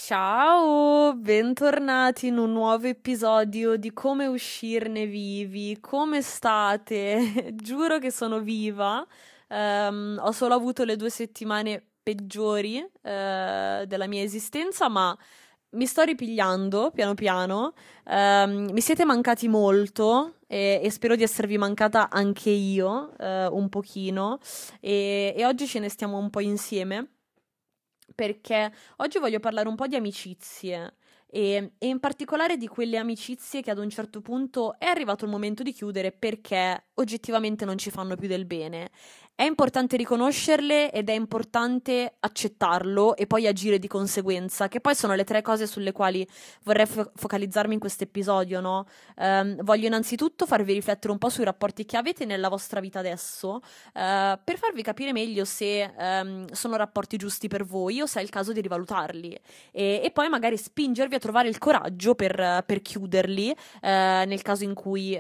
Ciao, bentornati in un nuovo episodio di Come uscirne vivi. Come state? Giuro che sono viva. Ho solo avuto le 2 settimane peggiori della mia esistenza, ma mi sto ripigliando piano piano. Mi siete mancati molto e spero di esservi mancata anche io, un pochino. E oggi ce ne stiamo un po' insieme perché oggi voglio parlare un po' di amicizie e in particolare di quelle amicizie che ad un certo punto è arrivato il momento di chiudere perché oggettivamente non ci fanno più del bene. È importante riconoscerle ed è importante accettarlo e poi agire di conseguenza, che poi sono le 3 cose sulle quali vorrei focalizzarmi in questo episodio, no? Voglio innanzitutto farvi riflettere un po' sui rapporti che avete nella vostra vita adesso, per farvi capire meglio se sono rapporti giusti per voi o se è il caso di rivalutarli e poi magari spingervi a trovare il coraggio per chiuderli nel caso in cui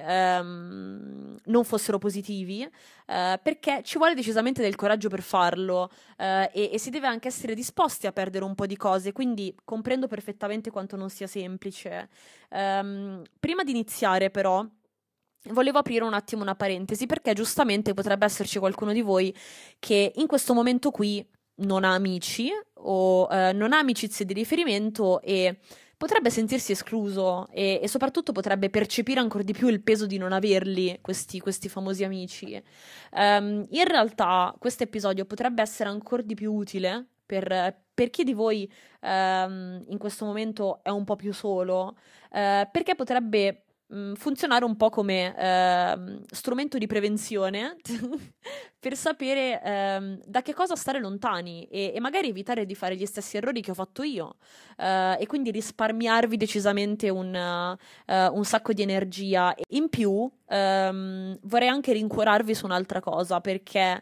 non fossero positivi, perché ci vuole decisamente del coraggio per farlo e si deve anche essere disposti a perdere un po' di cose, quindi comprendo perfettamente quanto non sia semplice. Prima di iniziare però volevo aprire un attimo una parentesi perché giustamente potrebbe esserci qualcuno di voi che in questo momento qui non ha amici o non ha amicizie di riferimento e potrebbe sentirsi escluso e soprattutto potrebbe percepire ancora di più il peso di non averli, questi famosi amici. In realtà questo episodio potrebbe essere ancora di più utile per chi di voi in questo momento è un po' più solo, perché potrebbe funzionare un po' come strumento di prevenzione per sapere da che cosa stare lontani e magari evitare di fare gli stessi errori che ho fatto io e quindi risparmiarvi decisamente un sacco di energia. In più vorrei anche rincuorarvi su un'altra cosa perché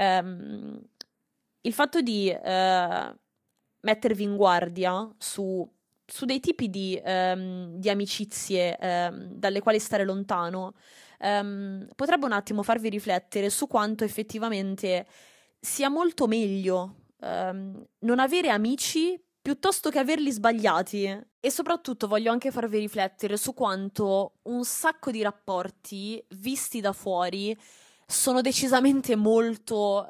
il fatto di mettervi in guardia su dei tipi di amicizie dalle quali stare lontano, potrebbe un attimo farvi riflettere su quanto effettivamente sia molto meglio non avere amici piuttosto che averli sbagliati. E soprattutto voglio anche farvi riflettere su quanto un sacco di rapporti visti da fuori sono decisamente molto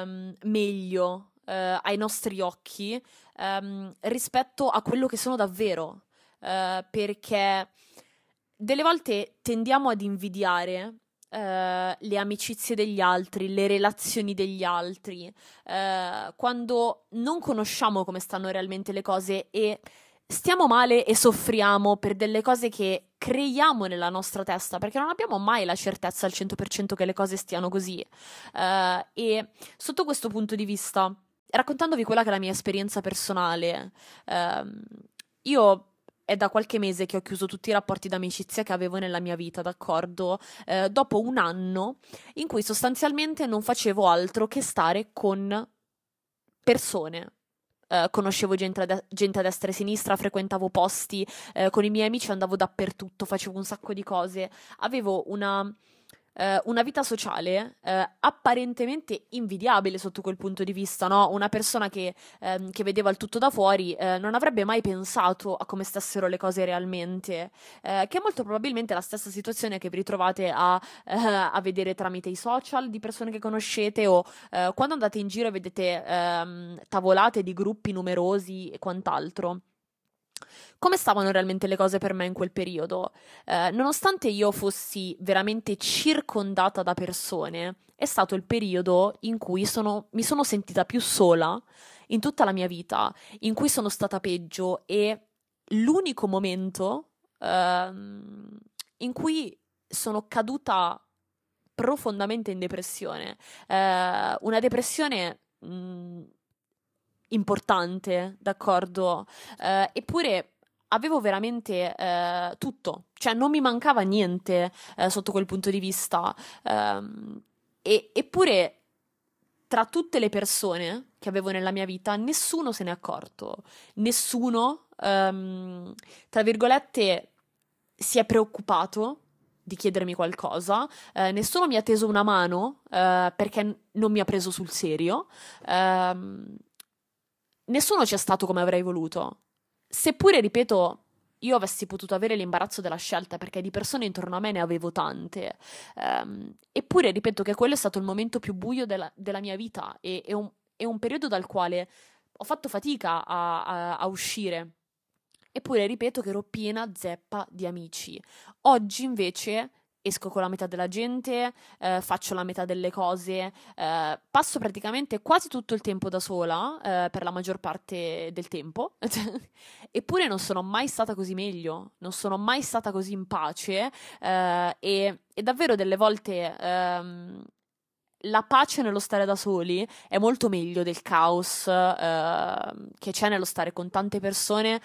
meglio ai nostri occhi rispetto a quello che sono davvero, perché delle volte tendiamo ad invidiare le amicizie degli altri, le relazioni degli altri, quando non conosciamo come stanno realmente le cose e stiamo male e soffriamo per delle cose che creiamo nella nostra testa, perché non abbiamo mai la certezza al 100% che le cose stiano così. E sotto questo punto di vista, raccontandovi quella che è la mia esperienza personale, io è da qualche mese che ho chiuso tutti i rapporti d'amicizia che avevo nella mia vita, d'accordo? Dopo un anno in cui sostanzialmente non facevo altro che stare con persone. Conoscevo gente a destra e a sinistra, frequentavo posti, con i miei amici andavo dappertutto, facevo un sacco di cose, avevo una vita sociale apparentemente invidiabile sotto quel punto di vista, no? Una persona che vedeva il tutto da fuori non avrebbe mai pensato a come stessero le cose realmente, che è molto probabilmente la stessa situazione che vi ritrovate a vedere tramite i social di persone che conoscete o quando andate in giro e vedete tavolate di gruppi numerosi e quant'altro. Come stavano realmente le cose per me in quel periodo? Nonostante io fossi veramente circondata da persone, è stato il periodo in cui mi sono sentita più sola in tutta la mia vita, in cui sono stata peggio e l'unico momento in cui sono caduta profondamente in depressione. Una depressione importante, d'accordo? Eppure avevo veramente tutto, cioè non mi mancava niente sotto quel punto di vista. Eppure tra tutte le persone che avevo nella mia vita, nessuno se n'è accorto, nessuno, tra virgolette, si è preoccupato di chiedermi qualcosa, nessuno mi ha teso una mano perché non mi ha preso sul serio, nessuno c'è stato come avrei voluto. Seppure, ripeto, io avessi potuto avere l'imbarazzo della scelta perché di persone intorno a me ne avevo tante. Eppure ripeto che quello è stato il momento più buio della mia vita e è un periodo dal quale ho fatto fatica a uscire. Eppure ripeto che ero piena zeppa di amici. Oggi invece esco con la metà della gente, faccio la metà delle cose, passo praticamente quasi tutto il tempo da sola, per la maggior parte del tempo. Eppure non sono mai stata così meglio, non sono mai stata così in pace, e davvero delle volte la pace nello stare da soli è molto meglio del caos che c'è nello stare con tante persone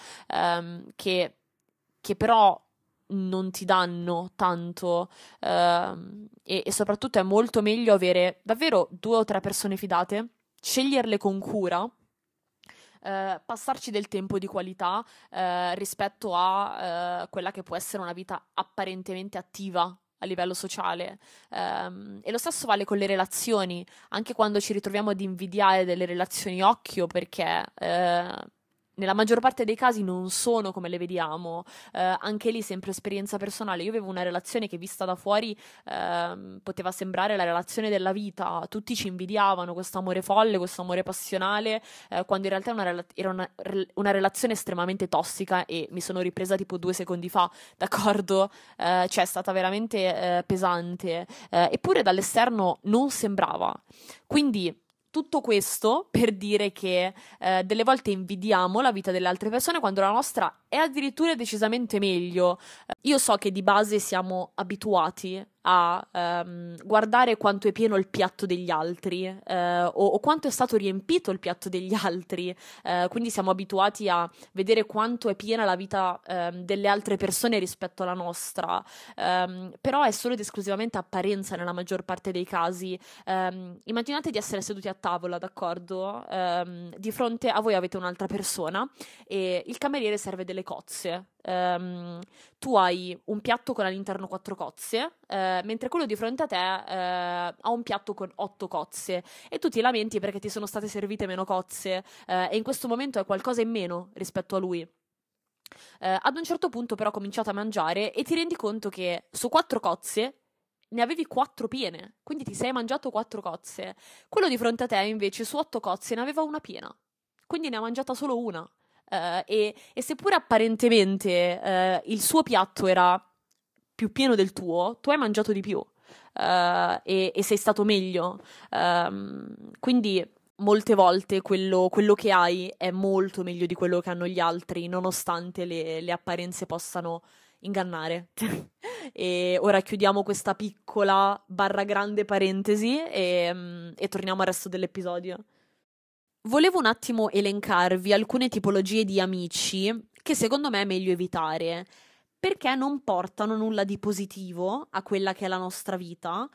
che però non ti danno tanto, e soprattutto è molto meglio avere davvero 2 o 3 persone fidate, sceglierle con cura, passarci del tempo di qualità rispetto a quella che può essere una vita apparentemente attiva a livello sociale. E lo stesso vale con le relazioni, anche quando ci ritroviamo ad invidiare delle relazioni occhio, perché nella maggior parte dei casi non sono come le vediamo. Anche lì, sempre esperienza personale, io avevo una relazione che vista da fuori poteva sembrare la relazione della vita, tutti ci invidiavano questo amore folle, questo amore passionale, quando in realtà era una relazione estremamente tossica e mi sono ripresa tipo 2 secondi fa, d'accordo? Cioè è stata veramente pesante, eppure dall'esterno non sembrava. Quindi tutto questo per dire che delle volte invidiamo la vita delle altre persone quando la nostra è addirittura decisamente meglio. Io so che di base siamo abituati a guardare quanto è pieno il piatto degli altri, o quanto è stato riempito il piatto degli altri, quindi siamo abituati a vedere quanto è piena la vita delle altre persone rispetto alla nostra, però è solo ed esclusivamente apparenza nella maggior parte dei casi. Immaginate di essere seduti a tavola, d'accordo? Di fronte a voi avete un'altra persona e il cameriere serve delle cozze. Tu hai un piatto con all'interno 4 cozze, mentre quello di fronte a te ha un piatto con 8 cozze e tu ti lamenti perché ti sono state servite meno cozze, e in questo momento è qualcosa in meno rispetto a lui. Ad un certo punto però cominciate a mangiare e ti rendi conto che su 4 cozze ne avevi 4 piene, quindi ti sei mangiato 4 cozze. Quello di fronte a te invece su 8 cozze ne aveva una piena, quindi ne ha mangiata solo una. E seppure apparentemente il suo piatto era più pieno del tuo, tu hai mangiato di più, e sei stato meglio. Quindi molte volte quello che hai è molto meglio di quello che hanno gli altri, nonostante le apparenze possano ingannare. E ora chiudiamo questa piccola barra grande parentesi e torniamo al resto dell'episodio. Volevo un attimo elencarvi alcune tipologie di amici che secondo me è meglio evitare, perché non portano nulla di positivo a quella che è la nostra vita,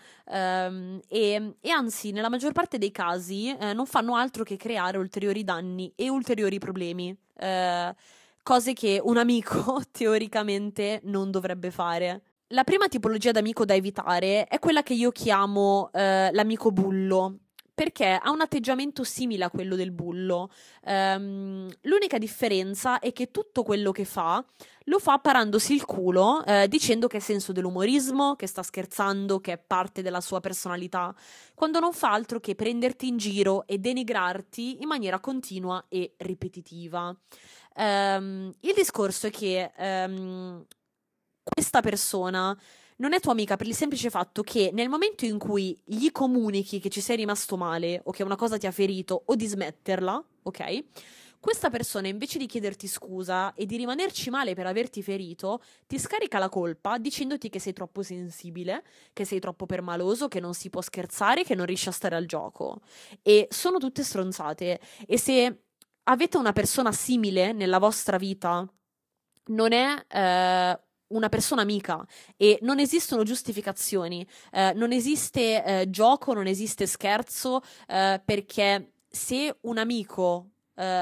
e anzi, nella maggior parte dei casi, non fanno altro che creare ulteriori danni e ulteriori problemi, cose che un amico teoricamente non dovrebbe fare. La prima tipologia d'amico da evitare è quella che io chiamo l'amico bullo, perché ha un atteggiamento simile a quello del bullo. L'unica differenza è che tutto quello che fa lo fa parandosi il culo, dicendo che è senso dell'umorismo, che sta scherzando, che è parte della sua personalità, quando non fa altro che prenderti in giro e denigrarti in maniera continua e ripetitiva. Il discorso è che questa persona non è tua amica per il semplice fatto che nel momento in cui gli comunichi che ci sei rimasto male o che una cosa ti ha ferito o di smetterla, ok? Questa persona invece di chiederti scusa e di rimanerci male per averti ferito, ti scarica la colpa dicendoti che sei troppo sensibile, che sei troppo permaloso, che non si può scherzare, che non riesci a stare al gioco. E sono tutte stronzate. E se avete una persona simile nella vostra vita, non è una persona amica e non esistono giustificazioni, non esiste gioco, non esiste scherzo, perché se un amico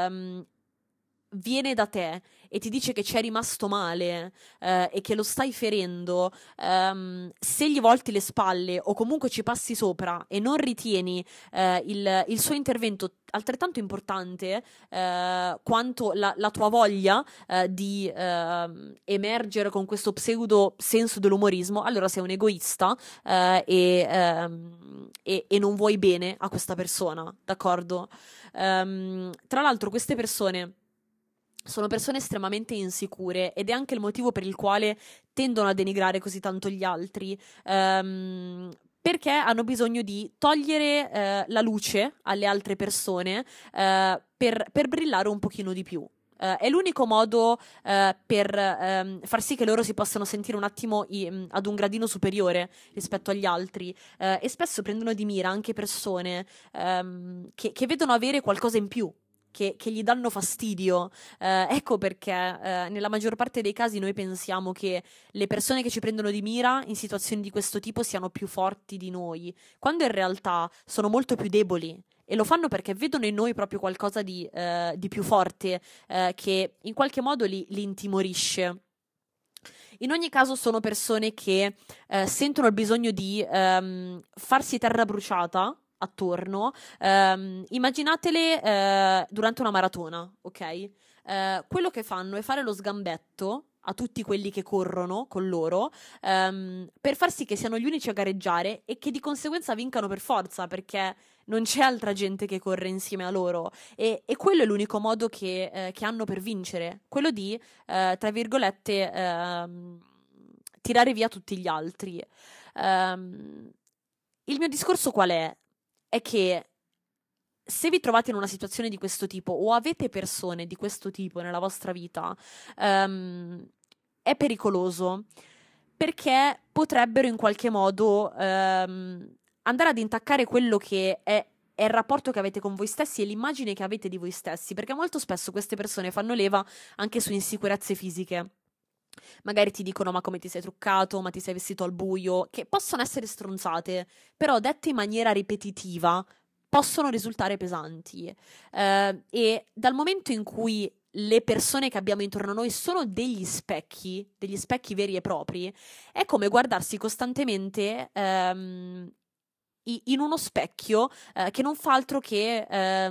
viene da te e ti dice che ci è rimasto male, e che lo stai ferendo, se gli volti le spalle o comunque ci passi sopra e non ritieni il suo intervento altrettanto importante quanto la tua voglia di emergere con questo pseudo senso dell'umorismo, allora sei un egoista e non vuoi bene a questa persona, d'accordo? Tra l'altro queste persone sono persone estremamente insicure ed è anche il motivo per il quale tendono a denigrare così tanto gli altri, perché hanno bisogno di togliere la luce alle altre persone per brillare un pochino di più. È l'unico modo per far sì che loro si possano sentire un attimo ad un gradino superiore rispetto agli altri, e spesso prendono di mira anche persone che vedono avere qualcosa in più. Che gli danno fastidio. Ecco perché nella maggior parte dei casi noi pensiamo che le persone che ci prendono di mira in situazioni di questo tipo siano più forti di noi, quando in realtà sono molto più deboli. E lo fanno perché vedono in noi proprio qualcosa di più forte, che in qualche modo li intimorisce. In ogni caso sono persone che sentono il bisogno di farsi terra bruciata attorno. Immaginatele durante una maratona, ok? Quello che fanno è fare lo sgambetto a tutti quelli che corrono con loro, per far sì che siano gli unici a gareggiare e che di conseguenza vincano per forza, perché non c'è altra gente che corre insieme a loro. E quello è l'unico modo che hanno per vincere, quello di, tra virgolette, tirare via tutti gli altri. Il mio discorso qual è? È che se vi trovate in una situazione di questo tipo o avete persone di questo tipo nella vostra vita, è pericoloso perché potrebbero in qualche modo andare ad intaccare quello che è il rapporto che avete con voi stessi e l'immagine che avete di voi stessi, perché molto spesso queste persone fanno leva anche su insicurezze fisiche. Magari ti dicono ma come ti sei truccato, ma ti sei vestito al buio, che possono essere stronzate, però dette in maniera ripetitiva possono risultare pesanti. E dal momento in cui le persone che abbiamo intorno a noi sono degli specchi veri e propri, è come guardarsi costantemente in uno specchio che non fa altro che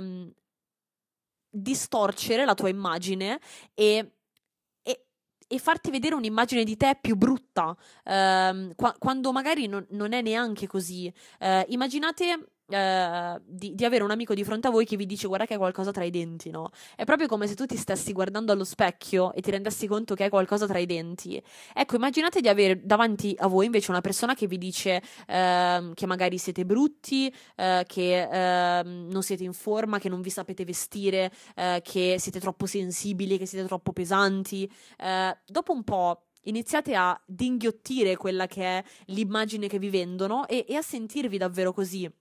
distorcere la tua immagine e e farti vedere un'immagine di te più brutta, quando magari non è neanche così. Immaginate di avere un amico di fronte a voi che vi dice guarda che hai qualcosa tra i denti, no? È proprio come se tu ti stessi guardando allo specchio e ti rendessi conto che hai qualcosa tra i denti. Ecco, immaginate di avere davanti a voi invece una persona che vi dice che magari siete brutti, che non siete in forma, che non vi sapete vestire, che siete troppo sensibili, che siete troppo pesanti. Dopo un po' iniziate a dinghiottire quella che è l'immagine che vi vendono e a sentirvi davvero così.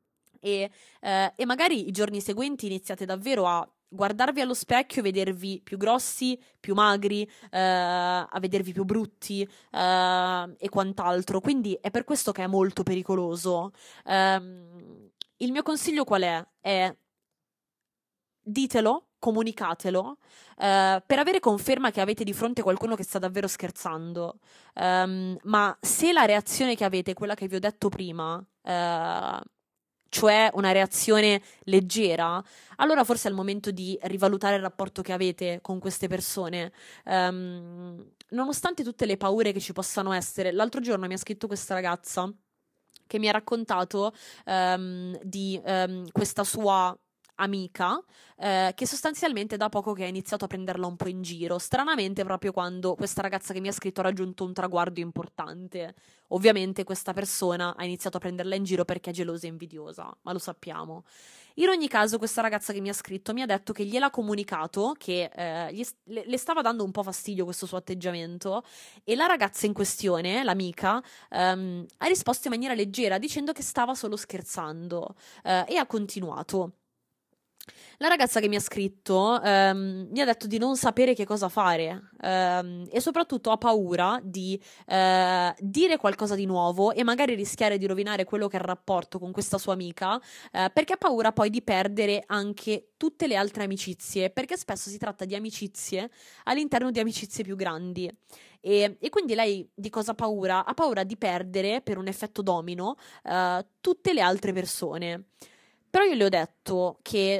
E magari i giorni seguenti iniziate davvero a guardarvi allo specchio e vedervi più grossi, più magri, a vedervi più brutti e quant'altro. Quindi è per questo che è molto pericoloso. Il mio consiglio qual è? È ditelo, comunicatelo, per avere conferma che avete di fronte qualcuno che sta davvero scherzando. Ma se la reazione che avete è quella che vi ho detto prima, cioè una reazione leggera, allora forse è il momento di rivalutare il rapporto che avete con queste persone. Nonostante tutte le paure che ci possano essere, l'altro giorno mi ha scritto questa ragazza che mi ha raccontato di questa sua amica che sostanzialmente da poco che ha iniziato a prenderla un po' in giro, stranamente proprio quando questa ragazza che mi ha scritto ha raggiunto un traguardo importante. Ovviamente questa persona ha iniziato a prenderla in giro perché è gelosa e invidiosa, ma lo sappiamo. In ogni caso, questa ragazza che mi ha scritto mi ha detto che gliel'ha comunicato, che le stava dando un po' fastidio questo suo atteggiamento, e la ragazza in questione, l'amica, ha risposto in maniera leggera dicendo che stava solo scherzando, e ha continuato. La ragazza che mi ha scritto mi ha detto di non sapere che cosa fare, e soprattutto ha paura di dire qualcosa di nuovo e magari rischiare di rovinare quello che è il rapporto con questa sua amica, perché ha paura poi di perdere anche tutte le altre amicizie, perché spesso si tratta di amicizie all'interno di amicizie più grandi. E quindi lei di cosa ha paura? Ha paura di perdere per un effetto domino tutte le altre persone. Però io le ho detto che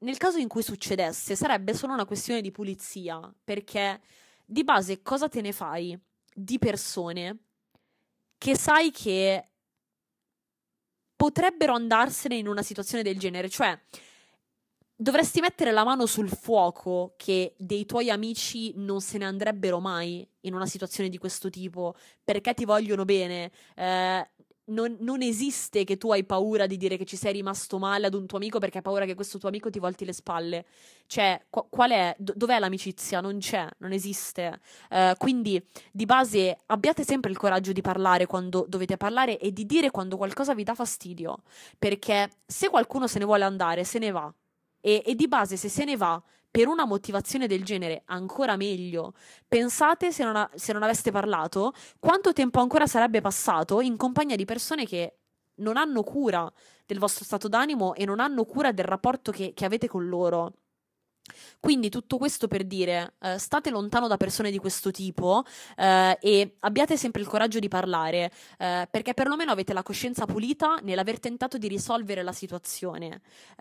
nel caso in cui succedesse, sarebbe solo una questione di pulizia, perché di base cosa te ne fai di persone che sai che potrebbero andarsene in una situazione del genere? Cioè, dovresti mettere la mano sul fuoco che dei tuoi amici non se ne andrebbero mai in una situazione di questo tipo, perché ti vogliono bene. Non esiste che tu hai paura di dire che ci sei rimasto male ad un tuo amico perché hai paura che questo tuo amico ti volti le spalle. Cioè, qual è? Dov'è l'amicizia? Non c'è, non esiste. Quindi, di base, abbiate sempre il coraggio di parlare quando dovete parlare e di dire quando qualcosa vi dà fastidio. Perché se qualcuno se ne vuole andare, se ne va. E di base, se se ne va per una motivazione del genere, ancora meglio. Pensate se non aveste parlato, quanto tempo ancora sarebbe passato in compagnia di persone che non hanno cura del vostro stato d'animo e non hanno cura del rapporto che avete con loro. Quindi tutto questo per dire, state lontano da persone di questo tipo e abbiate sempre il coraggio di parlare, perché perlomeno avete la coscienza pulita nell'aver tentato di risolvere la situazione.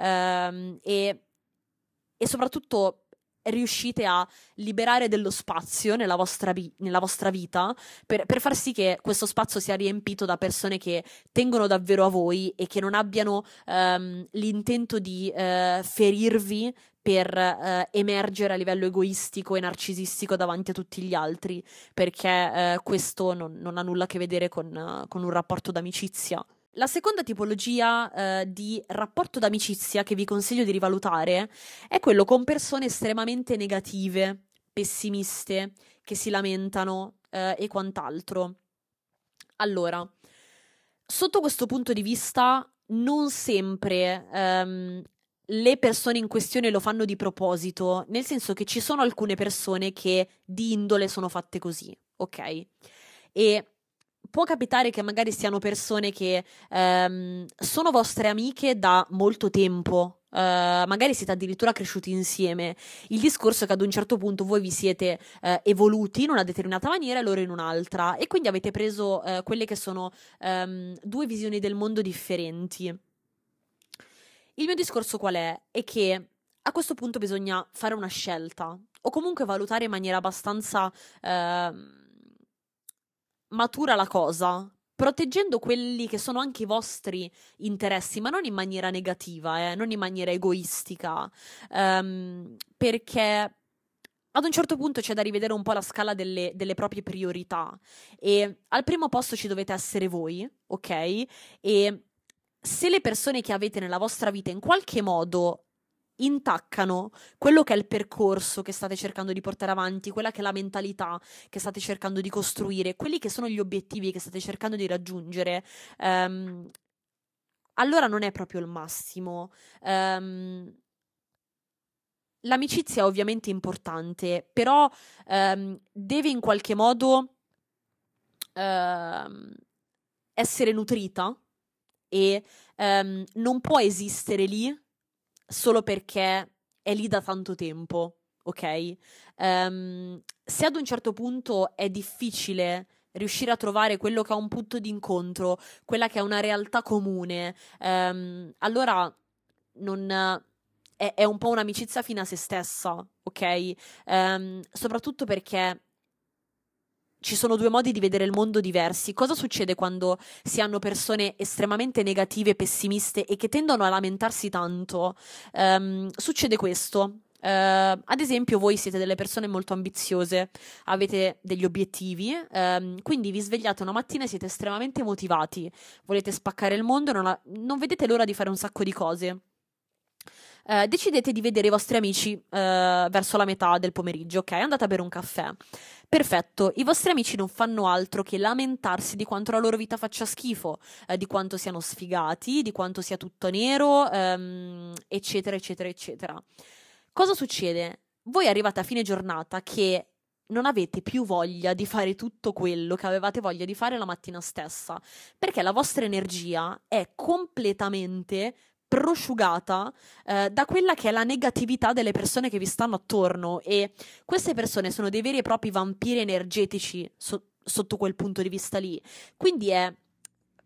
E soprattutto riuscite a liberare dello spazio nella nella vostra vita per far sì che questo spazio sia riempito da persone che tengono davvero a voi e che non abbiano l'intento di ferirvi per emergere a livello egoistico e narcisistico davanti a tutti gli altri, perché questo non ha nulla a che vedere con un rapporto d'amicizia. La seconda tipologia di rapporto d'amicizia che vi consiglio di rivalutare è quello con persone estremamente negative, pessimiste, che si lamentano e quant'altro. Allora, sotto questo punto di vista, non sempre le persone in questione lo fanno di proposito, nel senso che ci sono alcune persone che di indole sono fatte così, ok? E può capitare che magari siano persone che sono vostre amiche da molto tempo, magari siete addirittura cresciuti insieme. Il discorso è che ad un certo punto voi vi siete evoluti in una determinata maniera e loro in un'altra, e quindi avete preso quelle che sono due visioni del mondo differenti. Il mio discorso qual è? È che a questo punto bisogna fare una scelta, o comunque valutare in maniera abbastanza matura la cosa, proteggendo quelli che sono anche i vostri interessi, ma non in maniera negativa, non in maniera egoistica, perché ad un certo punto c'è da rivedere un po' la scala delle proprie priorità, e al primo posto ci dovete essere voi, ok? E se le persone che avete nella vostra vita in qualche modo intaccano quello che è il percorso che state cercando di portare avanti, quella che è la mentalità che state cercando di costruire, quelli che sono gli obiettivi che state cercando di raggiungere, allora non è proprio il massimo. L'amicizia è ovviamente importante, però deve in qualche modo essere nutrita e non può esistere lì solo perché è lì da tanto tempo, ok? Se ad un certo punto è difficile riuscire a trovare quello che ha un punto di incontro, quella che è una realtà comune, allora non è un po' un'amicizia fine a se stessa, ok? Soprattutto perché ci sono due modi di vedere il mondo diversi. Cosa succede quando si hanno persone estremamente negative, pessimiste e che tendono a lamentarsi tanto? Succede questo. Ad esempio, voi siete delle persone molto ambiziose, avete degli obiettivi, quindi vi svegliate una mattina e siete estremamente motivati, volete spaccare il mondo e non vedete l'ora di fare un sacco di cose. Decidete di vedere i vostri amici verso la metà del pomeriggio, ok? Andate a bere un caffè. Perfetto, i vostri amici non fanno altro che lamentarsi di quanto la loro vita faccia schifo, di quanto siano sfigati, di quanto sia tutto nero, eccetera, eccetera, eccetera. Cosa succede? Voi arrivate a fine giornata che non avete più voglia di fare tutto quello che avevate voglia di fare la mattina stessa, perché la vostra energia è completamente prosciugata da quella che è la negatività delle persone che vi stanno attorno, e queste persone sono dei veri e propri vampiri energetici sotto quel punto di vista lì. Quindi è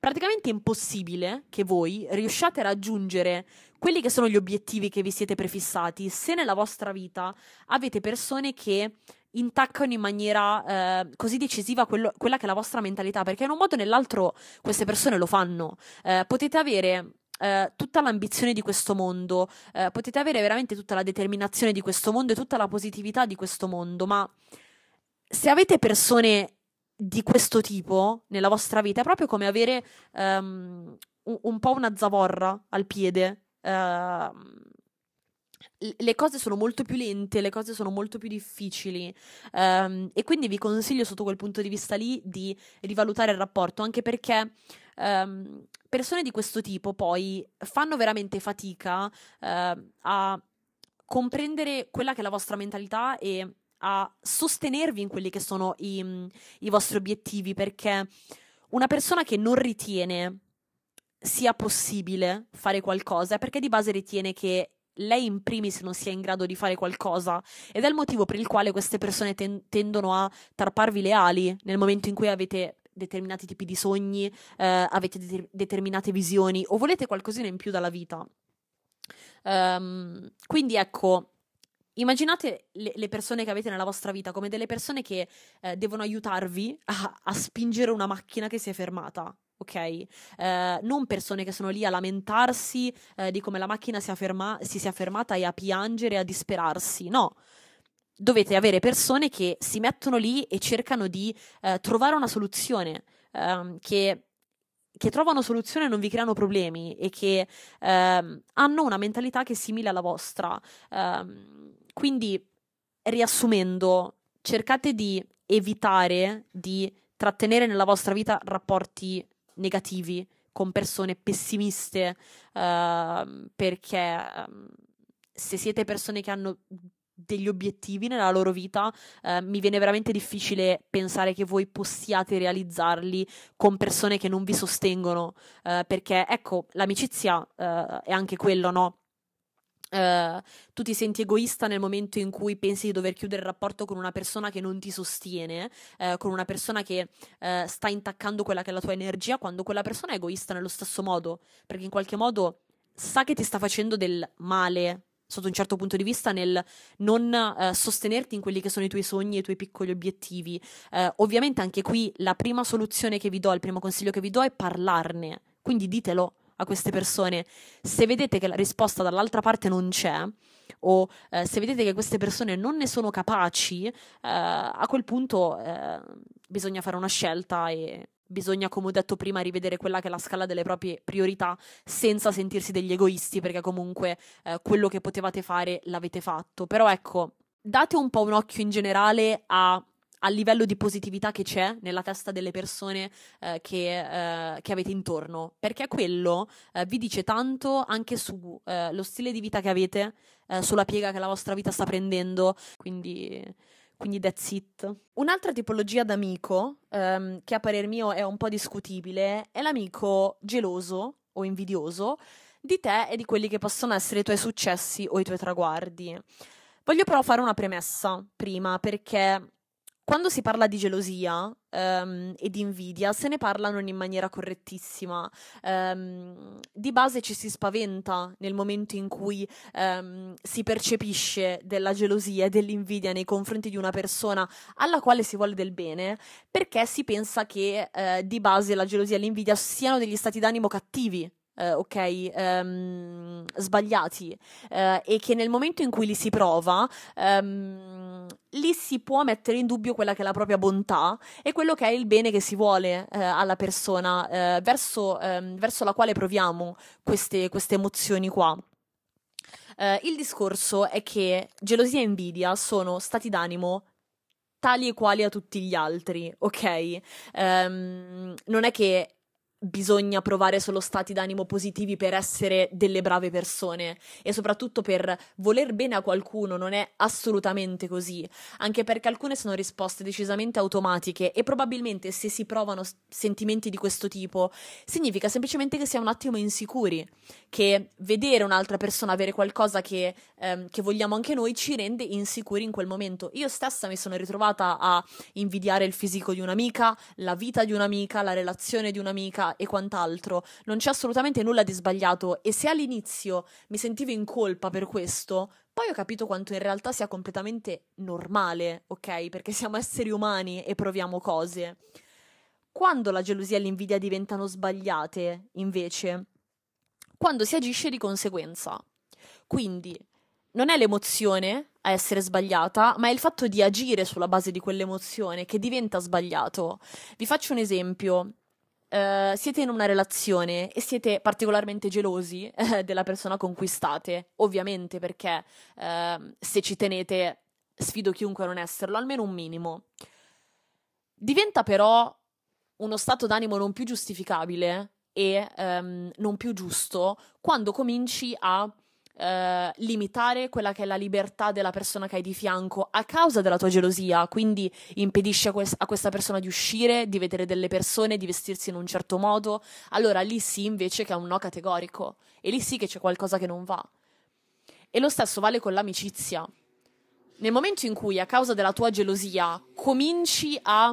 praticamente impossibile che voi riusciate a raggiungere quelli che sono gli obiettivi che vi siete prefissati se nella vostra vita avete persone che intaccano in maniera così decisiva quella che è la vostra mentalità, perché in un modo o nell'altro queste persone lo fanno. Potete avere tutta l'ambizione di questo mondo, potete avere veramente tutta la determinazione di questo mondo e tutta la positività di questo mondo, ma se avete persone di questo tipo nella vostra vita è proprio come avere un po' una zavorra al piede. Le cose sono molto più lente, le cose sono molto più difficili, e quindi vi consiglio sotto quel punto di vista lì di rivalutare il rapporto, anche perché persone di questo tipo poi fanno veramente fatica a comprendere quella che è la vostra mentalità e a sostenervi in quelli che sono i vostri obiettivi, perché una persona che non ritiene sia possibile fare qualcosa è perché di base ritiene che lei in primis non sia in grado di fare qualcosa, ed è il motivo per il quale queste persone tendono a tarparvi le ali nel momento in cui avete determinati tipi di sogni, avete determinate visioni o volete qualcosina in più dalla vita. Quindi ecco, immaginate le persone che avete nella vostra vita come delle persone che devono aiutarvi a spingere una macchina che si è fermata, ok? Non persone che sono lì a lamentarsi di come la macchina si sia fermata e a piangere e a disperarsi, no. Dovete avere persone che si mettono lì e cercano di trovare una soluzione, che trovano soluzione e non vi creano problemi e che hanno una mentalità che è simile alla vostra. Quindi, riassumendo, cercate di evitare di trattenere nella vostra vita rapporti negativi con persone pessimiste, perché se siete persone che hanno degli obiettivi nella loro vita, mi viene veramente difficile pensare che voi possiate realizzarli con persone che non vi sostengono, perché ecco, l'amicizia è anche quello, no? Tu ti senti egoista nel momento in cui pensi di dover chiudere il rapporto con una persona che non ti sostiene, con una persona che sta intaccando quella che è la tua energia, quando quella persona è egoista nello stesso modo, perché in qualche modo sa che ti sta facendo del male sotto un certo punto di vista nel non sostenerti in quelli che sono i tuoi sogni e i tuoi piccoli obiettivi. Ovviamente anche qui la prima soluzione che vi do, il primo consiglio che vi do è parlarne, quindi ditelo a queste persone. Se vedete che la risposta dall'altra parte non c'è, o se vedete che queste persone non ne sono capaci, a quel punto bisogna fare una scelta e bisogna, come ho detto prima, rivedere quella che è la scala delle proprie priorità senza sentirsi degli egoisti, perché comunque quello che potevate fare l'avete fatto. Però ecco, date un po' un occhio in generale al livello di positività che c'è nella testa delle persone che avete intorno, perché quello vi dice tanto anche su lo stile di vita che avete, sulla piega che la vostra vita sta prendendo, quindi that's it. Un'altra tipologia d'amico, che a parer mio è un po' discutibile, è l'amico geloso o invidioso di te e di quelli che possono essere i tuoi successi o i tuoi traguardi. Voglio però fare una premessa prima, perché quando si parla di gelosia e di invidia, se ne parla non in maniera correttissima. Di base ci si spaventa nel momento in cui si percepisce della gelosia e dell'invidia nei confronti di una persona alla quale si vuole del bene, perché si pensa che di base la gelosia e l'invidia siano degli stati d'animo cattivi. Sbagliati, e che nel momento in cui li si prova, lì si può mettere in dubbio quella che è la propria bontà e quello che è il bene che si vuole alla persona, verso la quale proviamo queste emozioni qua. Il discorso è che gelosia e invidia sono stati d'animo tali e quali a tutti gli altri, ok? Non è che bisogna provare solo stati d'animo positivi per essere delle brave persone, e soprattutto per voler bene a qualcuno non è assolutamente così, anche perché alcune sono risposte decisamente automatiche e probabilmente se si provano sentimenti di questo tipo significa semplicemente che si è un attimo insicuri, che vedere un'altra persona avere qualcosa che vogliamo anche noi ci rende insicuri in quel momento. Io stessa mi sono ritrovata a invidiare il fisico di un'amica, la vita di un'amica, la relazione di un'amica, gelosia e quant'altro. Non c'è assolutamente nulla di sbagliato e se all'inizio mi sentivo in colpa per questo, poi ho capito quanto in realtà sia completamente normale, ok? Perché siamo esseri umani e proviamo cose. Quando la gelosia e l'invidia diventano sbagliate, invece, quando si agisce di conseguenza. Quindi non è l'emozione a essere sbagliata, ma è il fatto di agire sulla base di quell'emozione che diventa sbagliato. Vi faccio un esempio. Siete in una relazione e siete particolarmente gelosi della persona con cui state, ovviamente perché se ci tenete, sfido chiunque a non esserlo, almeno un minimo. Diventa però uno stato d'animo non più giustificabile e non più giusto quando cominci a limitare quella che è la libertà della persona che hai di fianco a causa della tua gelosia, quindi impedisci a questa persona di uscire, di vedere delle persone, di vestirsi in un certo modo, allora lì sì invece che è un no categorico e lì sì che c'è qualcosa che non va. E lo stesso vale con l'amicizia. Nel momento in cui a causa della tua gelosia cominci a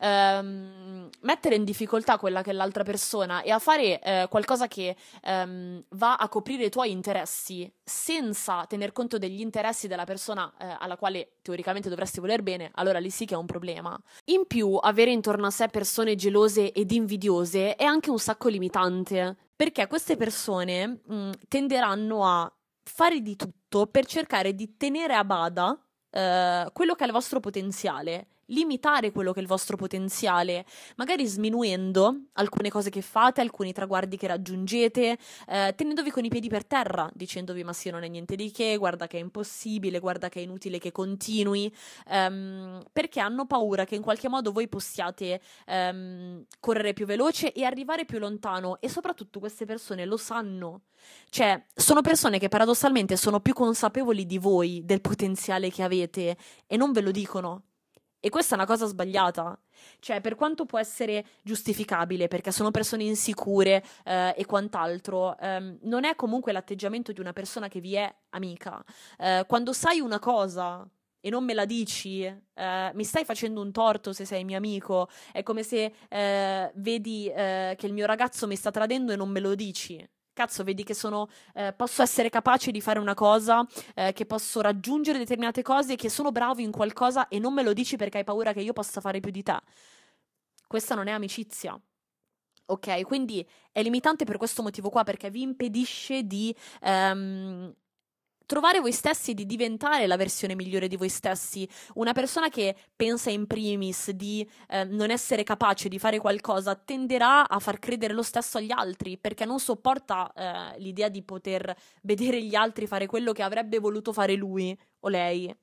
mettere in difficoltà quella che è l'altra persona e a fare qualcosa che va a coprire i tuoi interessi senza tener conto degli interessi della persona alla quale teoricamente dovresti voler bene, allora lì sì che è un problema. In più, avere intorno a sé persone gelose ed invidiose è anche un sacco limitante, perché queste persone tenderanno a fare di tutto per cercare di tenere a bada quello che è il vostro potenziale, limitare quello che è il vostro potenziale, magari sminuendo alcune cose che fate, alcuni traguardi che raggiungete, tenendovi con i piedi per terra, dicendovi ma sì, non è niente di che, guarda che è impossibile, guarda che è inutile che continui, perché hanno paura che in qualche modo voi possiate correre più veloce e arrivare più lontano e soprattutto queste persone lo sanno. Cioè, sono persone che paradossalmente sono più consapevoli di voi, del potenziale che avete, e non ve lo dicono. E questa è una cosa sbagliata. Cioè, per quanto può essere giustificabile, perché sono persone insicure e quant'altro, non è comunque l'atteggiamento di una persona che vi è amica. Quando sai una cosa e non me la dici, mi stai facendo un torto se sei mio amico. È come se vedi che il mio ragazzo mi sta tradendo e non me lo dici. Cazzo, vedi che posso essere capace di fare una cosa, che posso raggiungere determinate cose, che sono bravo in qualcosa e non me lo dici perché hai paura che io possa fare più di te. Questa non è amicizia. Ok, quindi è limitante per questo motivo qua, perché vi impedisce di trovare voi stessi e di diventare la versione migliore di voi stessi. Una persona che pensa in primis di non essere capace di fare qualcosa tenderà a far credere lo stesso agli altri, perché non sopporta l'idea di poter vedere gli altri fare quello che avrebbe voluto fare lui o lei.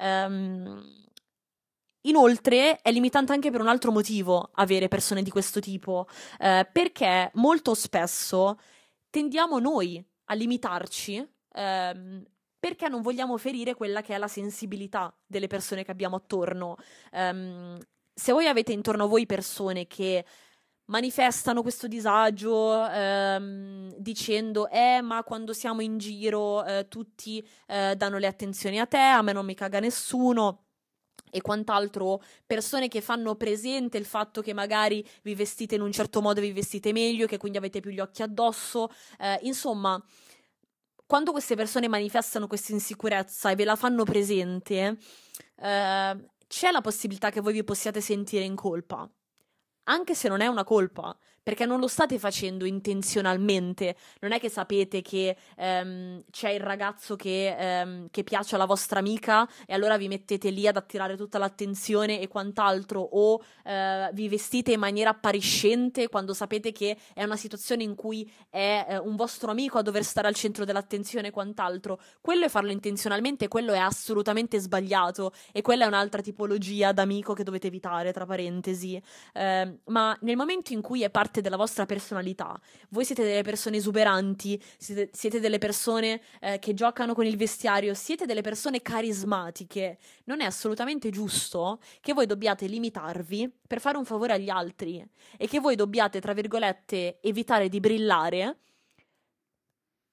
Inoltre è limitante anche per un altro motivo avere persone di questo tipo, perché molto spesso tendiamo noi a limitarci perché non vogliamo ferire quella che è la sensibilità delle persone che abbiamo attorno. Se voi avete intorno a voi persone che manifestano questo disagio dicendo ma quando siamo in giro tutti danno le attenzioni a te, a me non mi caga nessuno e quant'altro, persone che fanno presente il fatto che magari vi vestite in un certo modo e vi vestite meglio, che quindi avete più gli occhi addosso, insomma, quando queste persone manifestano questa insicurezza e ve la fanno presente, c'è la possibilità che voi vi possiate sentire in colpa, anche se non è una colpa, perché non lo state facendo intenzionalmente. Non è che sapete che c'è il ragazzo che piace alla vostra amica e allora vi mettete lì ad attirare tutta l'attenzione e quant'altro, o vi vestite in maniera appariscente quando sapete che è una situazione in cui è un vostro amico a dover stare al centro dell'attenzione e quant'altro. Quello è farlo intenzionalmente, quello è assolutamente sbagliato e quella è un'altra tipologia d'amico che dovete evitare, tra parentesi. Ma nel momento in cui è parte della vostra personalità, voi siete delle persone esuberanti, siete delle persone che giocano con il vestiario, siete delle persone carismatiche, non è assolutamente giusto che voi dobbiate limitarvi per fare un favore agli altri e che voi dobbiate, tra virgolette, evitare di brillare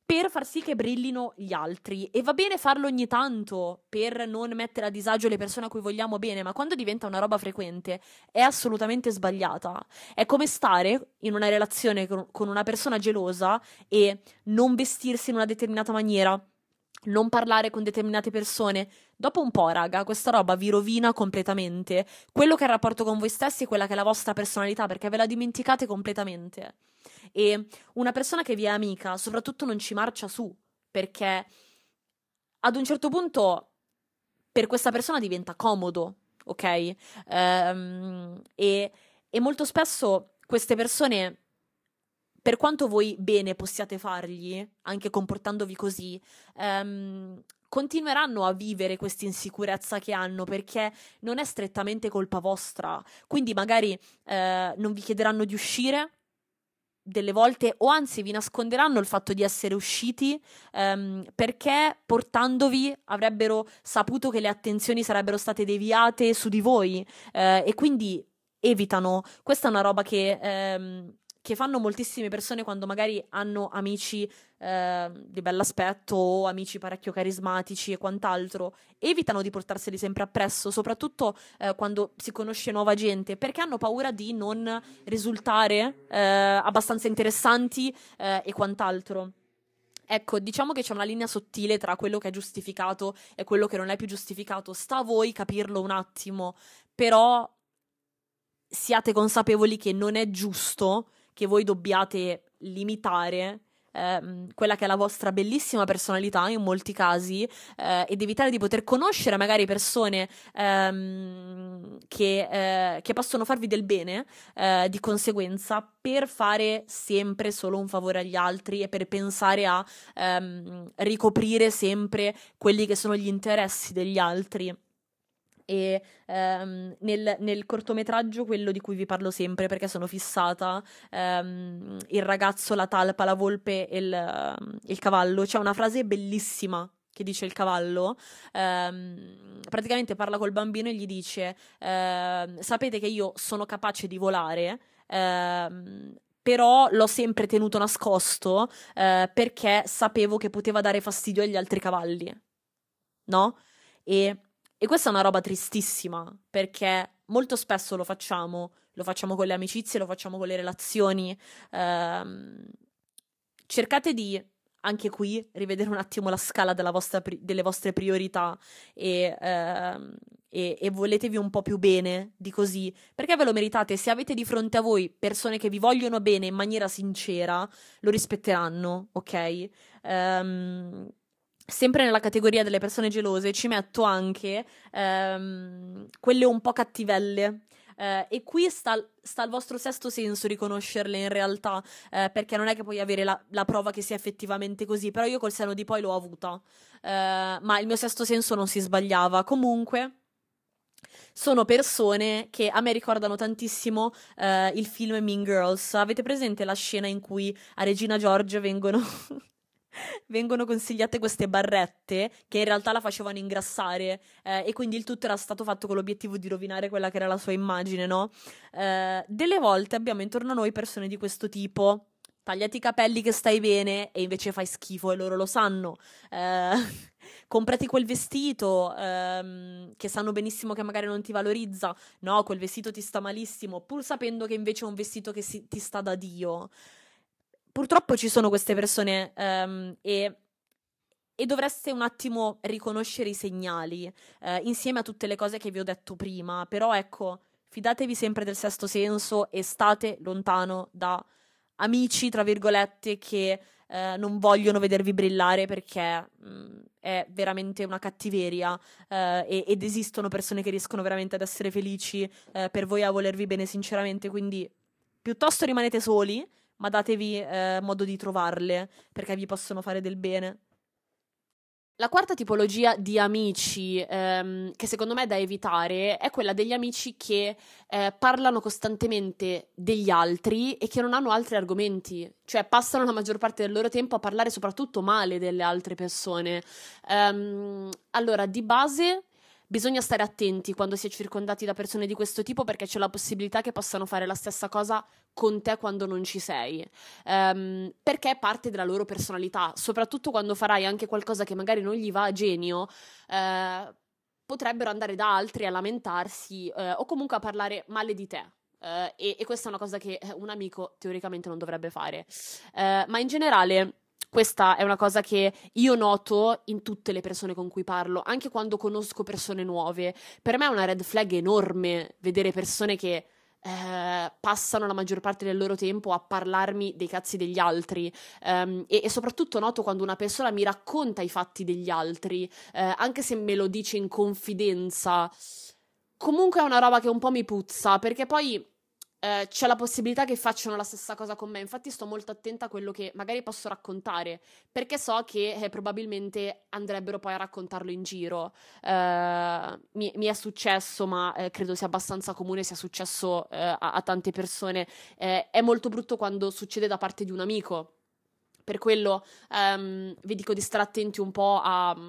per far sì che brillino gli altri. E va bene farlo ogni tanto per non mettere a disagio le persone a cui vogliamo bene, ma quando diventa una roba frequente è assolutamente sbagliata. È come stare in una relazione con una persona gelosa e non vestirsi in una determinata maniera, non parlare con determinate persone. Dopo un po', raga, questa roba vi rovina completamente quello che è il rapporto con voi stessi e quella che è la vostra personalità, perché ve la dimenticate completamente. E una persona che vi è amica, soprattutto non ci marcia su, perché ad un certo punto per questa persona diventa comodo, ok? E molto spesso queste persone, per quanto voi bene possiate fargli, anche comportandovi così, continueranno a vivere questa insicurezza che hanno perché non è strettamente colpa vostra. Quindi magari non vi chiederanno di uscire delle volte, o anzi vi nasconderanno il fatto di essere usciti, perché portandovi avrebbero saputo che le attenzioni sarebbero state deviate su di voi, e quindi evitano. Questa è una roba che fanno moltissime persone quando magari hanno amici di bell'aspetto o amici parecchio carismatici e quant'altro. Evitano di portarseli sempre appresso, soprattutto quando si conosce nuova gente, perché hanno paura di non risultare abbastanza interessanti e quant'altro. Ecco, diciamo che c'è una linea sottile tra quello che è giustificato e quello che non è più giustificato. Sta a voi capirlo un attimo, però siate consapevoli che non è giusto che voi dobbiate limitare quella che è la vostra bellissima personalità in molti casi, ed evitare di poter conoscere magari persone che possono farvi del bene, di conseguenza, per fare sempre solo un favore agli altri e per pensare a ricoprire sempre quelli che sono gli interessi degli altri. E nel cortometraggio, quello di cui vi parlo sempre perché sono fissata, il ragazzo, la talpa, la volpe e il cavallo, c'è una frase bellissima che dice il cavallo. Praticamente parla col bambino e gli dice: sapete che io sono capace di volare, però l'ho sempre tenuto nascosto, perché sapevo che poteva dare fastidio agli altri cavalli, no? E questa è una roba tristissima, perché molto spesso lo facciamo con le amicizie, lo facciamo con le relazioni. Cercate di, anche qui, rivedere un attimo la scala delle vostre priorità e voletevi un po' più bene di così, perché ve lo meritate. Se avete di fronte a voi persone che vi vogliono bene in maniera sincera, lo rispetteranno, ok? Sempre nella categoria delle persone gelose ci metto anche quelle un po' cattivelle. E qui sta al vostro sesto senso riconoscerle in realtà, perché non è che puoi avere la prova che sia effettivamente così, però io col senno di poi l'ho avuta, ma il mio sesto senso non si sbagliava. Comunque sono persone che a me ricordano tantissimo il film Mean Girls. Avete presente la scena in cui a Regina George vengono consigliate queste barrette che in realtà la facevano ingrassare, e quindi il tutto era stato fatto con l'obiettivo di rovinare quella che era la sua immagine, no? Delle volte abbiamo intorno a noi persone di questo tipo. Tagliati i capelli che stai bene e invece fai schifo e loro lo sanno. Comprati quel vestito che sanno benissimo che magari non ti valorizza. No, quel vestito ti sta malissimo, pur sapendo che invece è un vestito che ti sta da Dio. Purtroppo ci sono queste persone, e dovreste un attimo riconoscere i segnali, insieme a tutte le cose che vi ho detto prima. Però ecco, fidatevi sempre del sesto senso e state lontano da amici, tra virgolette, che non vogliono vedervi brillare, perché è veramente una cattiveria, ed esistono persone che riescono veramente ad essere felici per voi, a volervi bene sinceramente. Quindi piuttosto rimanete soli, ma datevi modo di trovarle, perché vi possono fare del bene. La quarta tipologia di amici, che secondo me è da evitare, è quella degli amici che parlano costantemente degli altri e che non hanno altri argomenti, cioè passano la maggior parte del loro tempo a parlare soprattutto male delle altre persone. Allora, di base, bisogna stare attenti quando si è circondati da persone di questo tipo, perché c'è la possibilità che possano fare la stessa cosa con te quando non ci sei, perché è parte della loro personalità, soprattutto quando farai anche qualcosa che magari non gli va a genio, potrebbero andare da altri a lamentarsi o comunque a parlare male di te. E questa è una cosa che un amico teoricamente non dovrebbe fare. Ma in generale questa è una cosa che io noto in tutte le persone con cui parlo, anche quando conosco persone nuove. Per me è una red flag enorme vedere persone che passano la maggior parte del loro tempo a parlarmi dei cazzi degli altri, e soprattutto noto quando una persona mi racconta i fatti degli altri, anche se me lo dice in confidenza. Comunque è una roba che un po' mi puzza, perché poi c'è la possibilità che facciano la stessa cosa con me. Infatti sto molto attenta a quello che magari posso raccontare, perché so che probabilmente andrebbero poi a raccontarlo in giro. Mi è successo, ma credo sia abbastanza comune, sia successo a tante persone. È molto brutto quando succede da parte di un amico. Per quello vi dico di stare attenti un po'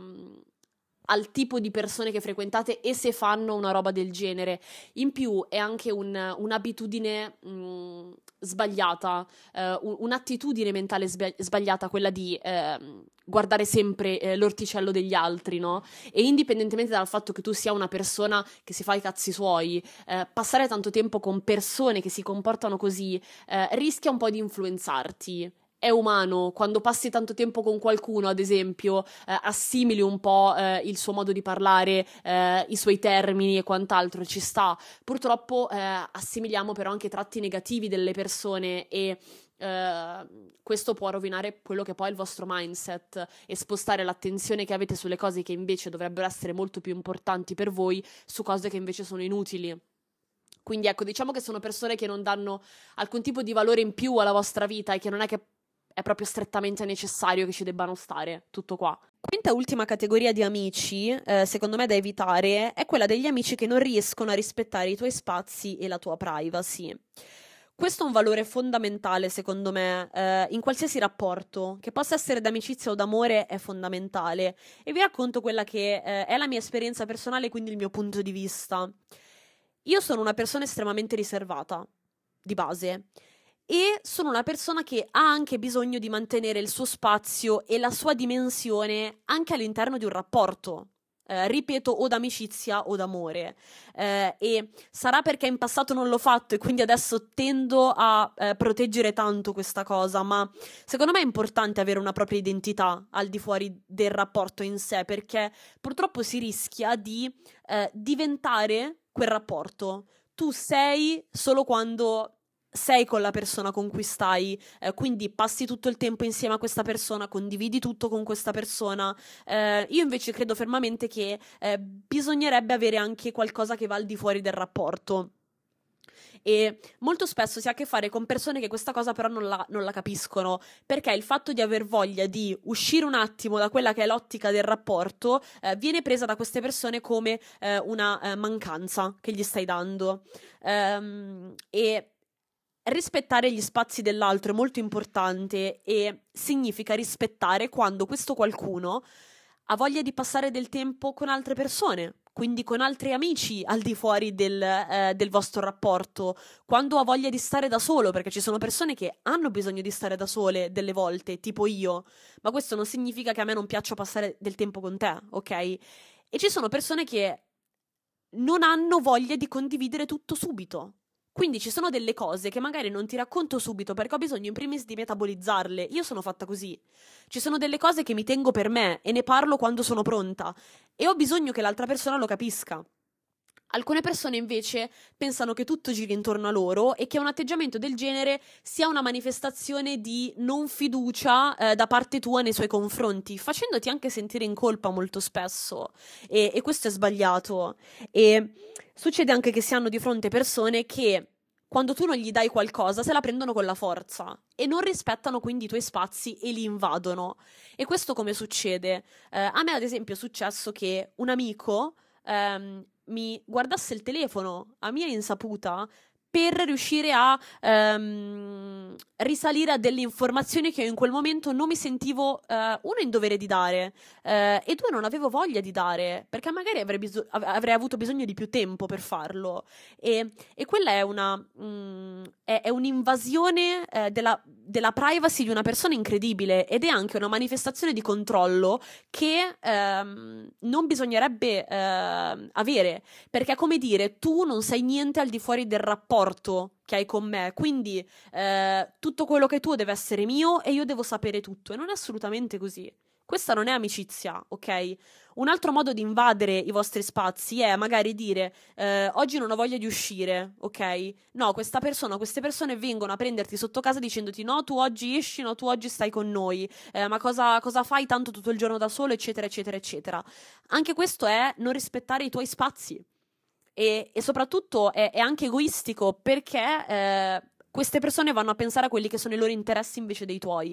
al tipo di persone che frequentate e se fanno una roba del genere. In più è anche un'abitudine sbagliata, un'attitudine mentale sbagliata, quella di guardare sempre l'orticello degli altri, no? E indipendentemente dal fatto che tu sia una persona che si fa i cazzi suoi, passare tanto tempo con persone che si comportano così rischia un po' di influenzarti. È umano, quando passi tanto tempo con qualcuno, ad esempio, assimili un po' il suo modo di parlare, i suoi termini e quant'altro, ci sta. Purtroppo assimiliamo però anche tratti negativi delle persone e questo può rovinare quello che poi è il vostro mindset e spostare l'attenzione che avete sulle cose che invece dovrebbero essere molto più importanti per voi su cose che invece sono inutili. Quindi ecco, diciamo che sono persone che non danno alcun tipo di valore in più alla vostra vita e che non è che è proprio strettamente necessario che ci debbano stare, tutto qua. Quinta e ultima categoria di amici, secondo me da evitare, è quella degli amici che non riescono a rispettare i tuoi spazi e la tua privacy. Questo è un valore fondamentale, secondo me, in qualsiasi rapporto, che possa essere d'amicizia o d'amore, è fondamentale. E vi racconto quella che è la mia esperienza personale, quindi il mio punto di vista. Io sono una persona estremamente riservata, di base, e sono una persona che ha anche bisogno di mantenere il suo spazio e la sua dimensione anche all'interno di un rapporto. Ripeto, o d'amicizia o d'amore. E sarà perché in passato non l'ho fatto e quindi adesso tendo a proteggere tanto questa cosa, ma secondo me è importante avere una propria identità al di fuori del rapporto in sé, perché purtroppo si rischia di diventare quel rapporto. Tu sei solo quando sei con la persona con cui stai, quindi passi tutto il tempo insieme a questa persona, condividi tutto con questa persona. Io invece credo fermamente che bisognerebbe avere anche qualcosa che va al di fuori del rapporto. E molto spesso si ha a che fare con persone che questa cosa però non la capiscono, perché il fatto di aver voglia di uscire un attimo da quella che è l'ottica del rapporto viene presa da queste persone come una mancanza che gli stai dando. E rispettare gli spazi dell'altro è molto importante e significa rispettare quando questo qualcuno ha voglia di passare del tempo con altre persone, quindi con altri amici al di fuori del vostro rapporto, quando ha voglia di stare da solo, perché ci sono persone che hanno bisogno di stare da sole delle volte, tipo io, ma questo non significa che a me non piaccia passare del tempo con te, ok? E ci sono persone che non hanno voglia di condividere tutto subito. Quindi ci sono delle cose che magari non ti racconto subito perché ho bisogno in primis di metabolizzarle. Io sono fatta così. Ci sono delle cose che mi tengo per me e ne parlo quando sono pronta e ho bisogno che l'altra persona lo capisca. Alcune persone invece pensano che tutto giri intorno a loro e che un atteggiamento del genere sia una manifestazione di non fiducia da parte tua nei suoi confronti, facendoti anche sentire in colpa molto spesso. E questo è sbagliato. E succede anche che si hanno di fronte persone che quando tu non gli dai qualcosa se la prendono con la forza e non rispettano quindi i tuoi spazi e li invadono. E questo come succede? A me ad esempio è successo che un amico mi guardasse il telefono a mia insaputa per riuscire a risalire a delle informazioni che io in quel momento non mi sentivo, uno, in dovere di dare, e due, non avevo voglia di dare, perché magari avrei avuto bisogno di più tempo per farlo. E quella è è un'invasione della privacy di una persona incredibile, ed è anche una manifestazione di controllo che non bisognerebbe avere, perché è come dire, tu non sai niente al di fuori del rapporto che hai con me, quindi tutto quello che tu deve essere mio e io devo sapere tutto, e non è assolutamente così. Questa non è amicizia, ok? Un altro modo di invadere i vostri spazi è magari dire oggi non ho voglia di uscire, ok? No, queste persone vengono a prenderti sotto casa dicendoti no, tu oggi esci, no, tu oggi stai con noi, ma cosa fai tanto tutto il giorno da solo, eccetera, eccetera, eccetera. Anche questo è non rispettare i tuoi spazi. E soprattutto è anche egoistico, perché queste persone vanno a pensare a quelli che sono i loro interessi invece dei tuoi.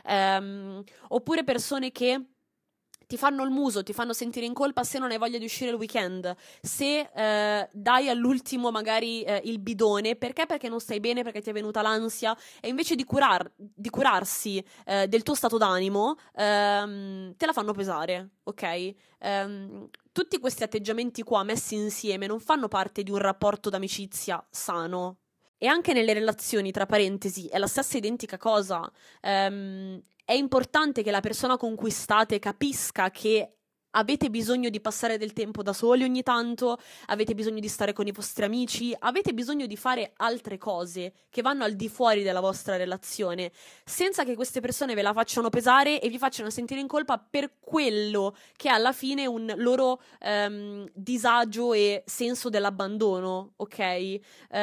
Oppure persone che ti fanno il muso, ti fanno sentire in colpa se non hai voglia di uscire il weekend, se dai all'ultimo magari il bidone, perché? Perché non stai bene, perché ti è venuta l'ansia, e invece di curarsi del tuo stato d'animo, te la fanno pesare, ok? Tutti questi atteggiamenti qua messi insieme non fanno parte di un rapporto d'amicizia sano. E anche nelle relazioni, tra parentesi, è la stessa identica cosa. È importante che la persona con cui state capisca che avete bisogno di passare del tempo da soli ogni tanto, avete bisogno di stare con i vostri amici, avete bisogno di fare altre cose che vanno al di fuori della vostra relazione, senza che queste persone ve la facciano pesare e vi facciano sentire in colpa per quello che è alla fine un loro disagio e senso dell'abbandono, ok?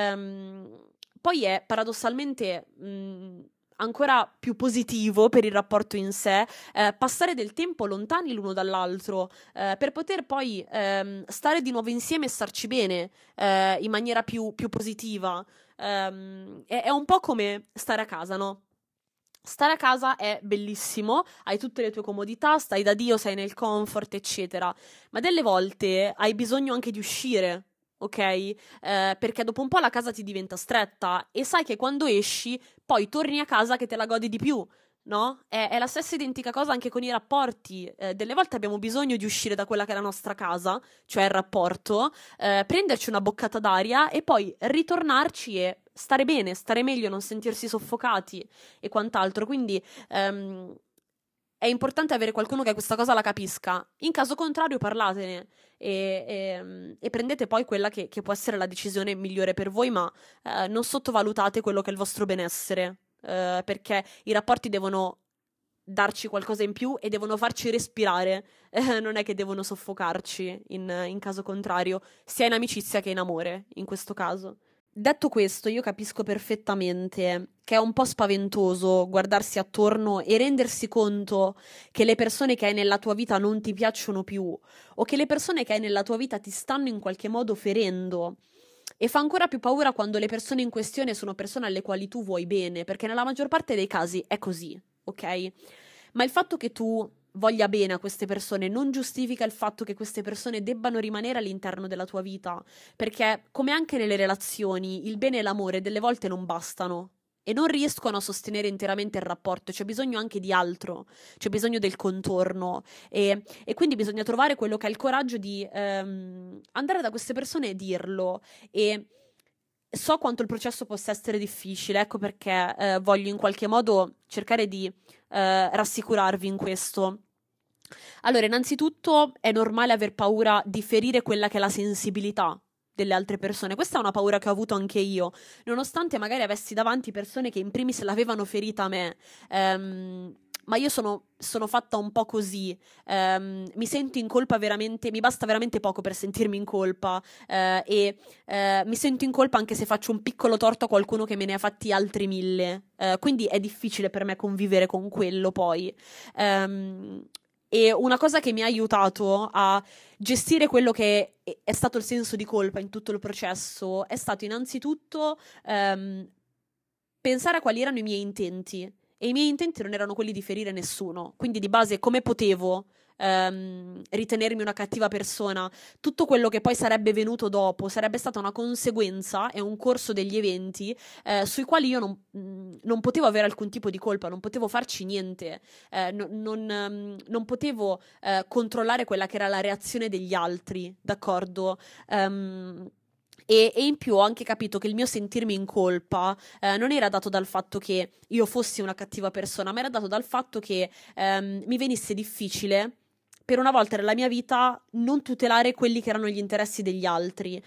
Poi è paradossalmente ancora più positivo per il rapporto in sé passare del tempo lontani l'uno dall'altro, per poter poi stare di nuovo insieme e starci bene in maniera più positiva. È un po' come stare a casa, no? Stare a casa è bellissimo, hai tutte le tue comodità, stai da Dio, sei nel comfort, eccetera, ma delle volte hai bisogno anche di uscire, ok? Perché dopo un po' la casa ti diventa stretta e sai che quando esci poi torni a casa che te la godi di più, no? È la stessa identica cosa anche con i rapporti. Delle volte abbiamo bisogno di uscire da quella che è la nostra casa, cioè il rapporto, prenderci una boccata d'aria e poi ritornarci e stare bene, stare meglio, non sentirsi soffocati e quant'altro. Quindi è importante avere qualcuno che questa cosa la capisca. In caso contrario, parlatene e prendete poi quella che può essere la decisione migliore per voi, ma non sottovalutate quello che è il vostro benessere, perché i rapporti devono darci qualcosa in più e devono farci respirare, non è che devono soffocarci in caso contrario, sia in amicizia che in amore, in questo caso. Detto questo, io capisco perfettamente che è un po' spaventoso guardarsi attorno e rendersi conto che le persone che hai nella tua vita non ti piacciono più, o che le persone che hai nella tua vita ti stanno in qualche modo ferendo. E fa ancora più paura quando le persone in questione sono persone alle quali tu vuoi bene, perché nella maggior parte dei casi è così, ok? Ma il fatto che tu voglia bene a queste persone non giustifica il fatto che queste persone debbano rimanere all'interno della tua vita, perché come anche nelle relazioni, il bene e l'amore delle volte non bastano e non riescono a sostenere interamente il rapporto, c'è bisogno anche di altro, c'è bisogno del contorno e quindi bisogna trovare quello che ha il coraggio di andare da queste persone e dirlo. E so quanto il processo possa essere difficile, ecco perché voglio in qualche modo cercare di rassicurarvi in questo. Allora, innanzitutto è normale aver paura di ferire quella che è la sensibilità delle altre persone. Questa è una paura che ho avuto anche io, nonostante magari avessi davanti persone che in primis l'avevano ferita a me. Ma io sono fatta un po' così, mi sento in colpa veramente, mi basta veramente poco per sentirmi in colpa, mi sento in colpa anche se faccio un piccolo torto a qualcuno che me ne ha fatti altri 1000, quindi è difficile per me convivere con quello poi. E una cosa che mi ha aiutato a gestire quello che è stato il senso di colpa in tutto il processo è stato innanzitutto pensare a quali erano i miei intenti. E i miei intenti non erano quelli di ferire nessuno. Quindi di base come potevo ritenermi una cattiva persona, tutto quello che poi sarebbe venuto dopo sarebbe stata una conseguenza e un corso degli eventi sui quali io non potevo avere alcun tipo di colpa, non potevo farci niente, non potevo controllare quella che era la reazione degli altri, d'accordo? E in più ho anche capito che il mio sentirmi in colpa non era dato dal fatto che io fossi una cattiva persona, ma era dato dal fatto che mi venisse difficile per una volta nella mia vita non tutelare quelli che erano gli interessi degli altri.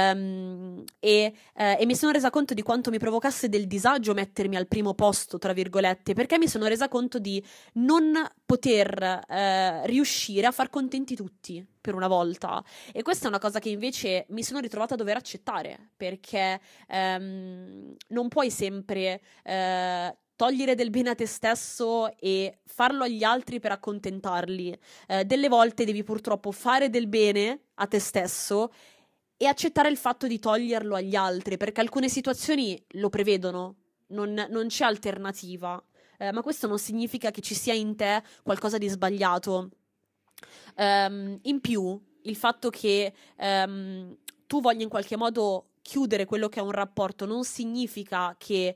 E mi sono resa conto di quanto mi provocasse del disagio mettermi al primo posto, tra virgolette, perché mi sono resa conto di non poter riuscire a far contenti tutti per una volta. E questa è una cosa che invece mi sono ritrovata a dover accettare, perché non puoi sempre togliere del bene a te stesso e farlo agli altri per accontentarli. Delle volte devi purtroppo fare del bene a te stesso e accettare il fatto di toglierlo agli altri, perché alcune situazioni lo prevedono, non c'è alternativa. Ma questo non significa che ci sia in te qualcosa di sbagliato. In più, il fatto che tu voglia in qualche modo chiudere quello che è un rapporto non significa che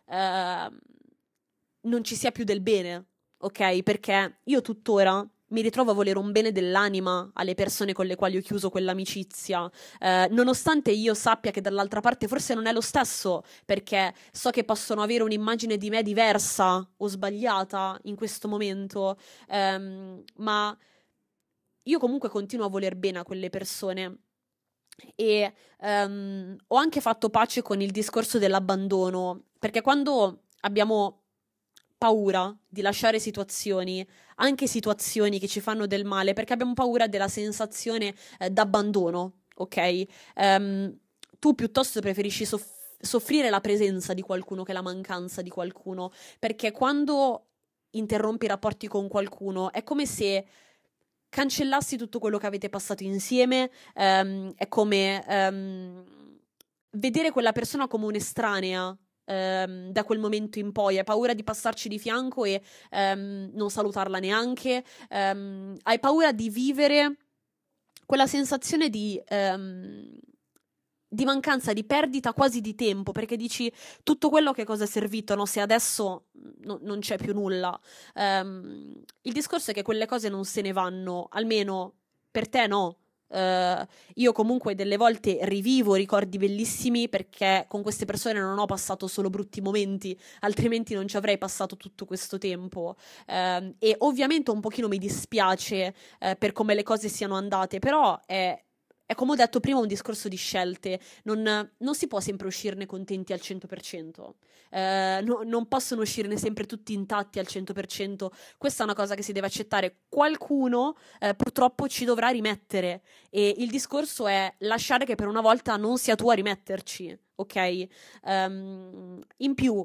non ci sia più del bene, ok? Perché io tuttora mi ritrovo a volere un bene dell'anima alle persone con le quali ho chiuso quell'amicizia, nonostante io sappia che dall'altra parte forse non è lo stesso, perché so che possono avere un'immagine di me diversa o sbagliata in questo momento, ma io comunque continuo a voler bene a quelle persone. E ho anche fatto pace con il discorso dell'abbandono, perché quando abbiamo paura di lasciare situazioni, anche situazioni che ci fanno del male, perché abbiamo paura della sensazione d'abbandono, ok? Tu piuttosto preferisci soffrire la presenza di qualcuno che la mancanza di qualcuno, perché quando interrompi i rapporti con qualcuno è come se cancellassi tutto quello che avete passato insieme, è come vedere quella persona come un'estranea da quel momento in poi. Hai paura di passarci di fianco e non salutarla neanche, hai paura di vivere quella sensazione di mancanza, di perdita quasi di tempo, perché dici tutto quello che cosa è servito, no? Se adesso non c'è più nulla. Il discorso è che quelle cose non se ne vanno, almeno per te no. Io comunque delle volte rivivo ricordi bellissimi perché con queste persone non ho passato solo brutti momenti, altrimenti non ci avrei passato tutto questo tempo. E ovviamente un pochino mi dispiace per come le cose siano andate, però è come ho detto prima un discorso di scelte, non si può sempre uscirne contenti al 100%, non possono uscirne sempre tutti intatti al 100%, questa è una cosa che si deve accettare, qualcuno purtroppo ci dovrà rimettere e il discorso è lasciare che per una volta non sia tu a rimetterci, ok? In più,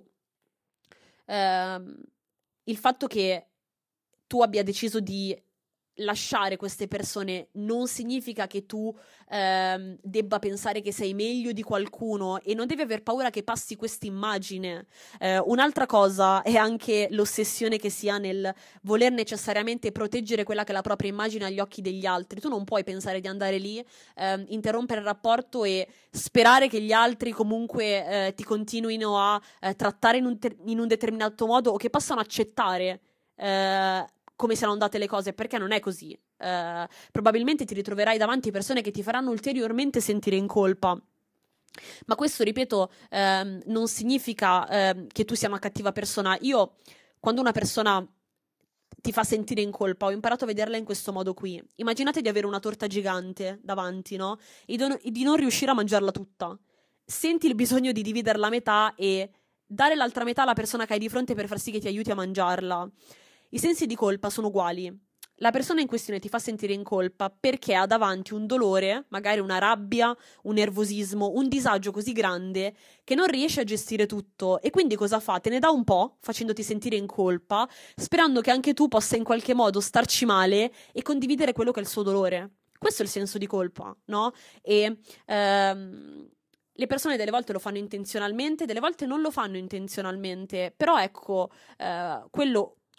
il fatto che tu abbia deciso di lasciare queste persone non significa che tu debba pensare che sei meglio di qualcuno e non devi aver paura che passi questa immagine. Un'altra cosa è anche l'ossessione che si ha nel voler necessariamente proteggere quella che è la propria immagine agli occhi degli altri. Tu non puoi pensare di andare lì, interrompere il rapporto e sperare che gli altri comunque ti continuino a trattare in un determinato modo o che possano accettare come siano andate le cose, perché non è così. Probabilmente ti ritroverai davanti persone che ti faranno ulteriormente sentire in colpa. Ma questo, ripeto, non significa che tu sia una cattiva persona. Io, quando una persona ti fa sentire in colpa, ho imparato a vederla in questo modo qui. Immaginate di avere una torta gigante davanti, no? E di non riuscire a mangiarla tutta. Senti il bisogno di dividerla a metà e dare l'altra metà alla persona che hai di fronte per far sì che ti aiuti a mangiarla. I sensi di colpa sono uguali. La persona in questione ti fa sentire in colpa perché ha davanti un dolore, magari una rabbia, un nervosismo, un disagio così grande che non riesce a gestire tutto e quindi cosa fa? Te ne dà un po', facendoti sentire in colpa, sperando che anche tu possa in qualche modo starci male e condividere quello che è il suo dolore. Questo è il senso di colpa, no? E le persone delle volte lo fanno intenzionalmente, delle volte non lo fanno intenzionalmente, però ecco,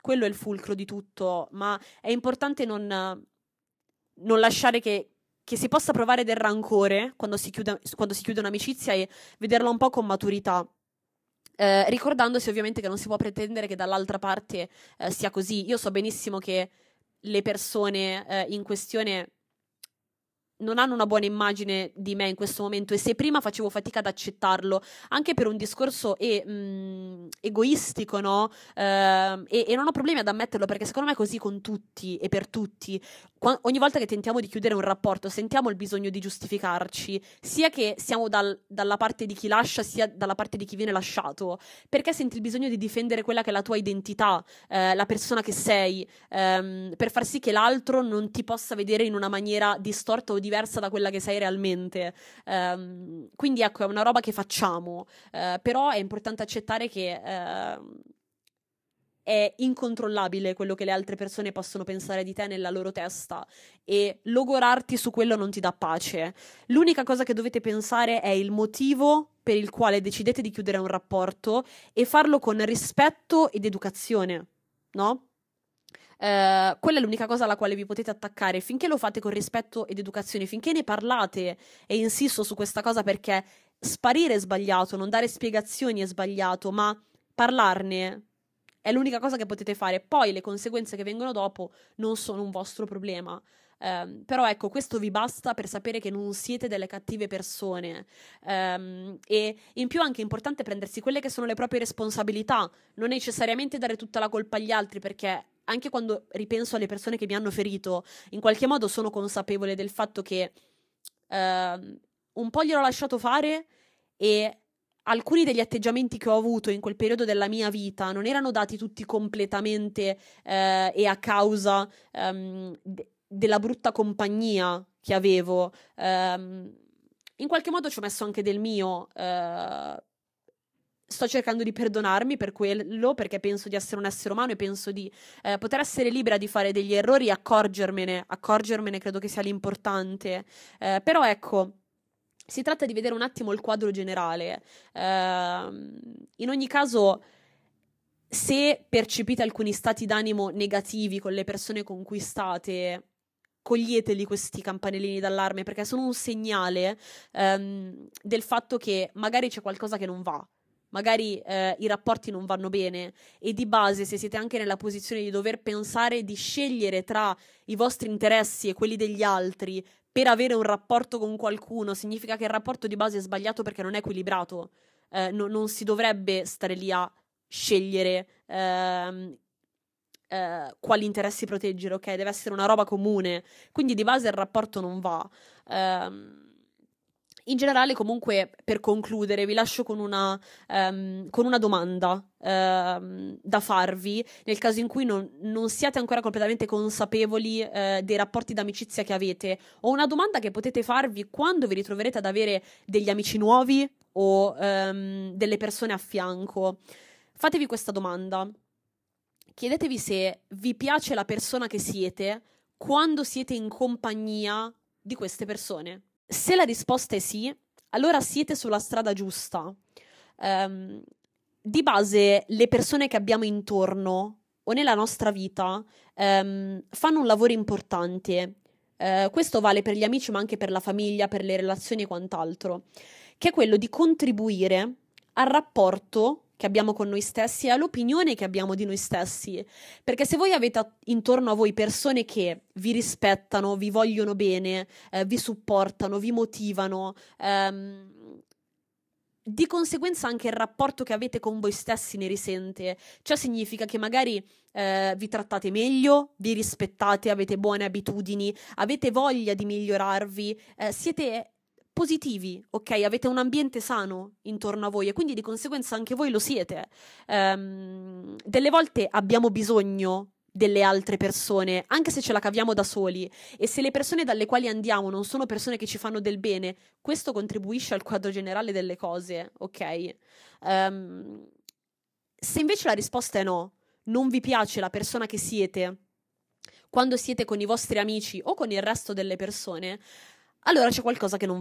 quello è il fulcro di tutto, ma è importante non lasciare che si possa provare del rancore quando si chiude un'amicizia e vederla un po' con maturità. Ricordandosi ovviamente che non si può pretendere che dall'altra parte sia così. Io so benissimo che le persone in questione non hanno una buona immagine di me in questo momento, e se prima facevo fatica ad accettarlo, anche per un discorso egoistico, no? E non ho problemi ad ammetterlo, perché secondo me è così con tutti e per tutti. Ogni volta che tentiamo di chiudere un rapporto sentiamo il bisogno di giustificarci, sia che siamo dalla parte di chi lascia, sia dalla parte di chi viene lasciato, perché senti il bisogno di difendere quella che è la tua identità, la persona che sei, per far sì che l'altro non ti possa vedere in una maniera distorta o diversa da quella che sei realmente. Quindi ecco, è una roba che facciamo, però è importante accettare che è incontrollabile quello che le altre persone possono pensare di te nella loro testa, e logorarti su quello non ti dà pace. L'unica cosa che dovete pensare è il motivo per il quale decidete di chiudere un rapporto, e farlo con rispetto ed educazione, no? Quella è l'unica cosa alla quale vi potete attaccare. Finché lo fate con rispetto ed educazione, finché ne parlate, e insisto su questa cosa perché sparire è sbagliato, non dare spiegazioni è sbagliato, ma parlarne è l'unica cosa che potete fare. Poi le conseguenze che vengono dopo non sono un vostro problema. Però ecco, questo vi basta per sapere che non siete delle cattive persone. E in più è anche importante prendersi quelle che sono le proprie responsabilità, non necessariamente dare tutta la colpa agli altri, perché anche quando ripenso alle persone che mi hanno ferito, in qualche modo sono consapevole del fatto che un po' gliel'ho lasciato fare, e alcuni degli atteggiamenti che ho avuto in quel periodo della mia vita non erano dati tutti completamente e a causa della brutta compagnia che avevo. In qualche modo ci ho messo anche del mio. Sto cercando di perdonarmi per quello, perché penso di essere un essere umano e penso di poter essere libera di fare degli errori e accorgermene credo che sia l'importante. Però ecco, si tratta di vedere un attimo il quadro generale. In ogni caso, se percepite alcuni stati d'animo negativi con le persone con cui state, coglieteli questi campanellini d'allarme, perché sono un segnale del fatto che magari c'è qualcosa che non va. Magari i rapporti non vanno bene, e di base, se siete anche nella posizione di dover pensare di scegliere tra i vostri interessi e quelli degli altri per avere un rapporto con qualcuno, significa che il rapporto di base è sbagliato, perché non è equilibrato. Non si dovrebbe stare lì a scegliere quali interessi proteggere, ok? Deve essere una roba comune. Quindi di base il rapporto non va. In generale, comunque, per concludere, vi lascio con una domanda da farvi, nel caso in cui non siate ancora completamente consapevoli dei rapporti d'amicizia che avete, o una domanda che potete farvi quando vi ritroverete ad avere degli amici nuovi o delle persone a fianco. Fatevi questa domanda. Chiedetevi se vi piace la persona che siete quando siete in compagnia di queste persone. Se la risposta è sì, allora siete sulla strada giusta. Di base, le persone che abbiamo intorno o nella nostra vita fanno un lavoro importante. Questo vale per gli amici, ma anche per la famiglia, per le relazioni e quant'altro, che è quello di contribuire al rapporto che abbiamo con noi stessi e all'opinione che abbiamo di noi stessi. Perché se voi avete intorno a voi persone che vi rispettano, vi vogliono bene, vi supportano, vi motivano, di conseguenza anche il rapporto che avete con voi stessi ne risente. Cioè significa che magari vi trattate meglio, vi rispettate, avete buone abitudini, avete voglia di migliorarvi, siete positivi, ok? Avete un ambiente sano intorno a voi, e quindi di conseguenza anche voi lo siete. Delle volte abbiamo bisogno delle altre persone, anche se ce la caviamo da soli, e se le persone dalle quali andiamo non sono persone che ci fanno del bene, questo contribuisce al quadro generale delle cose, ok? Se invece la risposta è no, non vi piace la persona che siete quando siete con i vostri amici o con il resto delle persone, allora c'è qualcosa che non va.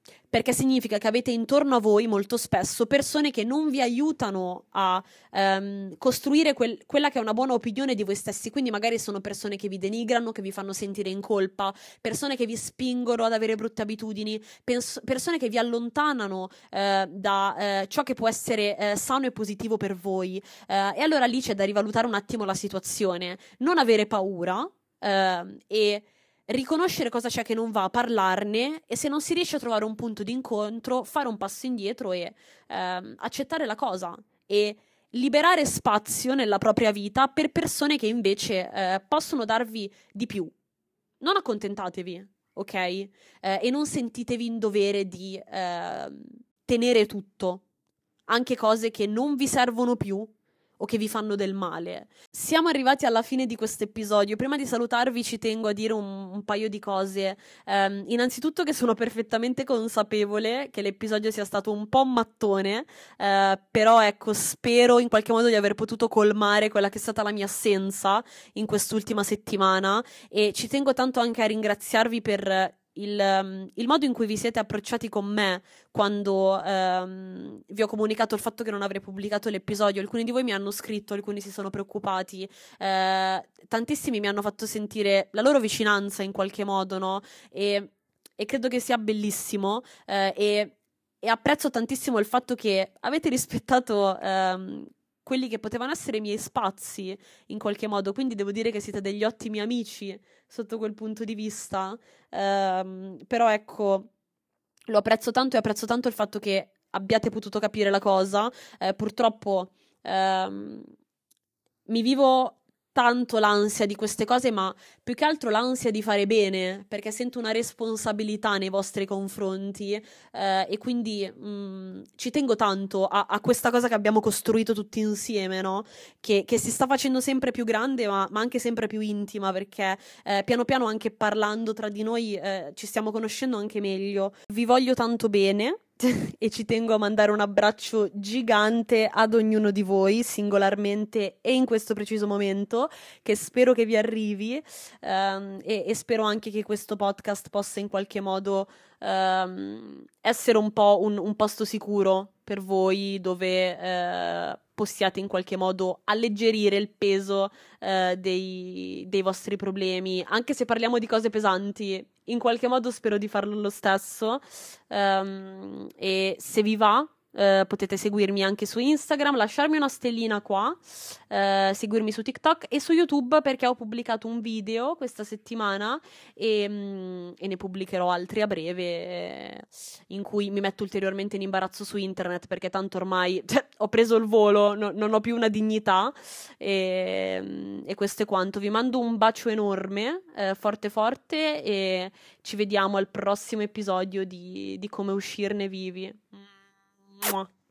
perché significa che avete intorno a voi molto spesso persone che non vi aiutano a costruire quella che è una buona opinione di voi stessi, quindi magari sono persone che vi denigrano, che vi fanno sentire in colpa, persone che vi spingono ad avere brutte abitudini, persone che vi allontanano da ciò che può essere sano e positivo per voi, e allora lì c'è da rivalutare un attimo la situazione, non avere paura e riconoscere cosa c'è che non va, parlarne, e se non si riesce a trovare un punto di incontro, fare un passo indietro e accettare la cosa e liberare spazio nella propria vita per persone che invece possono darvi di più. Non accontentatevi, ok? E non sentitevi in dovere di tenere tutto, anche cose che non vi servono più o che vi fanno del male. Siamo arrivati alla fine di questo episodio. Prima di salutarvi ci tengo a dire un paio di cose. Innanzitutto che sono perfettamente consapevole che l'episodio sia stato un po' mattone, però ecco, spero in qualche modo di aver potuto colmare quella che è stata la mia assenza in quest'ultima settimana, e ci tengo tanto anche a ringraziarvi per il modo in cui vi siete approcciati con me quando vi ho comunicato il fatto che non avrei pubblicato l'episodio. Alcuni di voi mi hanno scritto, alcuni si sono preoccupati, tantissimi mi hanno fatto sentire la loro vicinanza in qualche modo, no? E credo che sia bellissimo, e apprezzo tantissimo il fatto che avete rispettato quelli che potevano essere i miei spazi in qualche modo, quindi devo dire che siete degli ottimi amici sotto quel punto di vista. Però ecco, lo apprezzo tanto, e apprezzo tanto il fatto che abbiate potuto capire la cosa. Purtroppo mi vivo tanto l'ansia di queste cose, ma più che altro l'ansia di fare bene, perché sento una responsabilità nei vostri confronti, e quindi ci tengo tanto a questa cosa che abbiamo costruito tutti insieme, no? Che si sta facendo sempre più grande, ma anche sempre più intima, perché piano piano, anche parlando tra di noi, ci stiamo conoscendo anche meglio. Vi voglio tanto bene e ci tengo a mandare un abbraccio gigante ad ognuno di voi singolarmente e in questo preciso momento, che spero che vi arrivi, e spero anche che questo podcast possa in qualche modo essere un po' un posto sicuro per voi, dove possiate in qualche modo alleggerire il peso dei vostri problemi. Anche se parliamo di cose pesanti, in qualche modo spero di farlo lo stesso. E se vi va, potete seguirmi anche su Instagram, lasciarmi una stellina qua, seguirmi su TikTok e su YouTube, perché ho pubblicato un video questa settimana e ne pubblicherò altri a breve, in cui mi metto ulteriormente in imbarazzo su internet, perché tanto ormai ho preso il volo, non ho più una dignità, e questo è quanto. Vi mando un bacio enorme, forte forte, e ci vediamo al prossimo episodio di Come uscirne vivi. Mua.